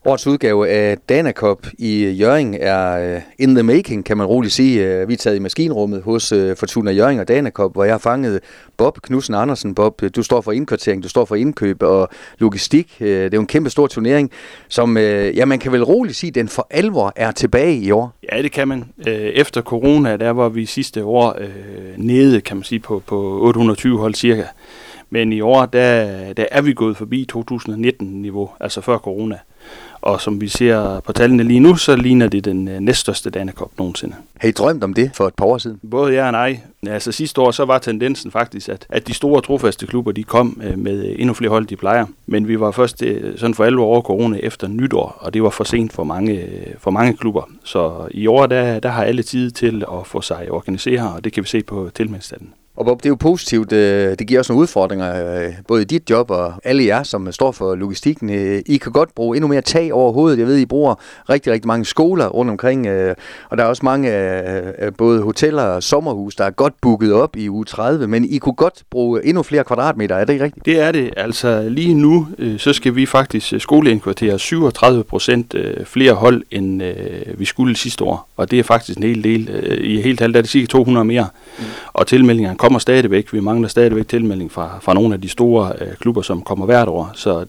Årets udgave af Dana Cup i Hjørring er in the making, kan man roligt sige. Vi er taget i maskinrummet hos Fortuna Hjørring og Dana Cup, hvor jeg har fanget Bob Knudsen Andersen. Bob, du står for indkvartering, du står for indkøb og logistik. Det er jo en kæmpe stor turnering, som man kan vel roligt sige, den for alvor er tilbage i år. Ja, det kan man. Efter corona, der var vi sidste år nede, kan man sige, på 820 hold cirka. Men i år, der er vi gået forbi 2019-niveau, altså før corona. Og som vi ser på tallene lige nu, så ligner det den næststørste Dana Cup nogensinde. Har I drømt om det for et par år siden? Både ja og nej. Altså sidste år, så var tendensen faktisk, at de store trofaste klubber, de kom med endnu flere hold, de plejer. Men vi var først sådan for alvor over corona efter nytår, og det var for sent for mange klubber. Så i år, der har alle tid til at få sig organiseret, og det kan vi se på tilmeldingsstanden. Og Bob, det er jo positivt. Det giver også nogle udfordringer, både i dit job og alle jer, som står for logistikken. I kan godt bruge endnu mere tag over hovedet. Jeg ved, I bruger rigtig, rigtig mange skoler rundt omkring, og der er også mange både hoteller og sommerhus, der er godt booket op i uge 30, men I kunne godt bruge endnu flere kvadratmeter. Er det ikke rigtigt? Det er det. Altså lige nu, så skal vi faktisk skoleindkvartere 37% flere hold, end vi skulle sidste år. Og det er faktisk en hel del. I helt tal er det cirka 200 mere. Og tilmeldingerne kommer stadigvæk. Vi mangler stadigvæk tilmelding fra nogle af de store klubber, som kommer hvert år. Så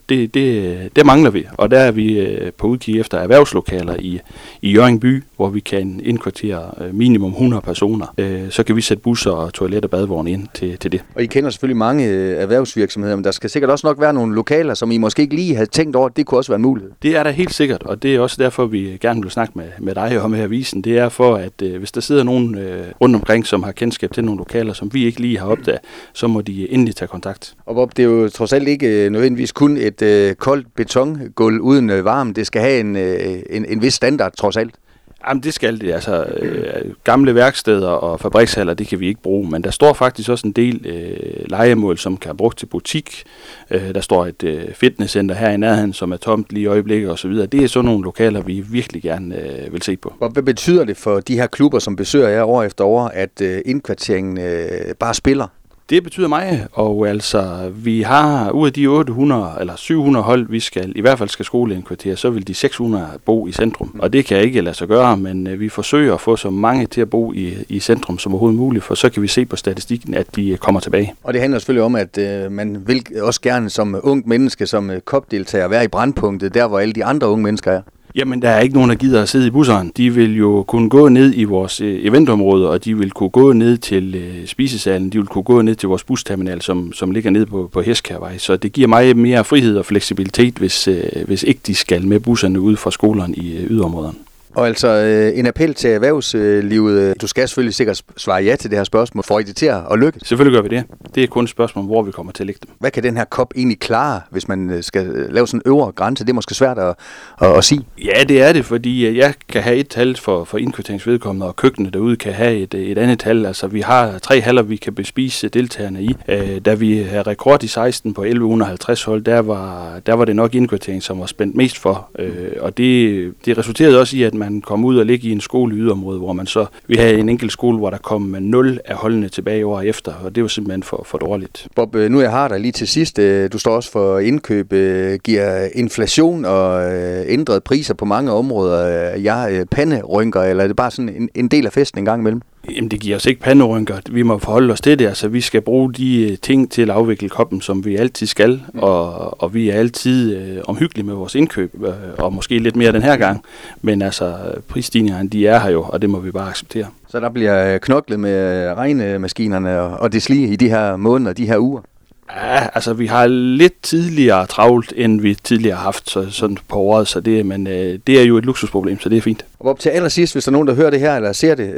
det mangler vi. Og der er vi på udkig efter erhvervslokaler i Hjørring by, hvor vi kan indkvartere minimum 100 personer. Så kan vi sætte busser og toilet og badevogn ind til det. Og I kender selvfølgelig mange erhvervsvirksomheder, men der skal sikkert også nok være nogle lokaler, som I måske ikke lige havde tænkt over. Det kunne også være en mulighed. Det er der helt sikkert, og det er også derfor, vi gerne vil snakke med dig og med avisen. Det er for, at hvis der sidder nogen rundt omkring, som har kendskab til nogle lokaler, som vi ikke lige har opdaget, så må de endelig tage kontakt. Og Bob, det er jo trods alt ikke nødvendigvis kun et koldt betongulv uden varme. Det skal have en vis standard, trods alt. Jamen det skal det. Altså gamle værksteder og fabrikshaller, det kan vi ikke bruge, men der står faktisk også en del lejemål, som kan bruges til butik. Der står et fitnesscenter her i nærheden, som er tomt lige i øjeblikket osv. Det er sådan nogle lokaler, vi virkelig gerne vil se på. Hvad betyder det for de her klubber, som besøger jer år efter år, at indkvarteringen bare spiller? Det betyder meget, og altså vi har ud af de 800 eller 700 hold, vi i hvert fald skal skoleindkvartere, så vil de 600 bo i centrum. Og det kan ikke lade sig gøre, men vi forsøger at få så mange til at bo i centrum som overhovedet muligt, for så kan vi se på statistikken, at de kommer tilbage. Og det handler selvfølgelig om, at man vil også gerne som ung menneske, som CUP-deltager, være i brandpunktet, der hvor alle de andre unge mennesker er. Jamen, der er ikke nogen, der gider at sidde i busserne. De vil jo kunne gå ned i vores eventområde, og de vil kunne gå ned til spisesalen. De vil kunne gå ned til vores busterminal, som ligger nede på Heskærvej. Så det giver meget mere frihed og fleksibilitet, hvis ikke de skal med busserne ud fra skolerne i yderområderne. Og altså en appel til erhvervslivet. Du skal selvfølgelig sikkert svare ja til det her spørgsmål. Får I det til at lykkes? Selvfølgelig gør vi det. Det er kun et spørgsmål, hvor vi kommer til at lægge dem. Hvad kan den her CUP egentlig klare, hvis man skal lave sådan en øvre grænse? Det er måske svært at sige. Ja, det er det, fordi jeg kan have et tal for indkvarteringsvedkommende, og køkkenet derude kan have et andet tal. Altså vi har 3 haller, vi kan bespise deltagerne i. Da vi havde rekord i 16 på 1150 hold, der var det nok indkvartering, som var spændt mest for. Og det resulterede også i, at man kom ud og ligge i en skole i yderområdet, hvor man så, vi havde en enkelt skole, hvor der kom 0 af holdene tilbage år efter, og det var simpelthen for dårligt. Bob, nu jeg har dig lige til sidst, du står også for indkøb, giver inflation og ændrede priser på mange områder, panderynker, eller er det bare sådan en del af festen en gang imellem? Jamen det giver os ikke panderynker. Vi må forholde os til det. Altså vi skal bruge de ting til at afvikle koppen, som vi altid skal, og vi er altid omhyggelige med vores indkøb, og måske lidt mere den her gang. Men altså prisstigningerne, de er her jo, og det må vi bare acceptere. Så der bliver knoklet med regnemaskinerne og det slige i de her måneder, de her uger? Ja, altså vi har lidt tidligere travlt, end vi tidligere har haft sådan på året, så det er jo et luksusproblem, så det er fint. Og op til allersidst, hvis der er nogen, der hører det her eller ser det,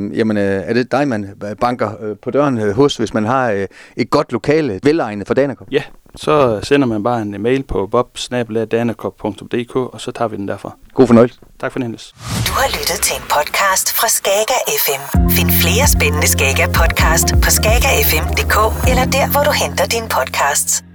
er det dig, man banker på døren hos, hvis man har et godt lokale, velegnet for Dana Cup? Ja, så sender man bare en mail på bob@danacup.dk, og så tager vi den derfra. God fornøjelse. Tak for Niels. Du har lyttet til en podcast fra Skager FM. Find flere spændende Skager podcast på skagerfm.dk eller der, hvor du henter dine podcasts.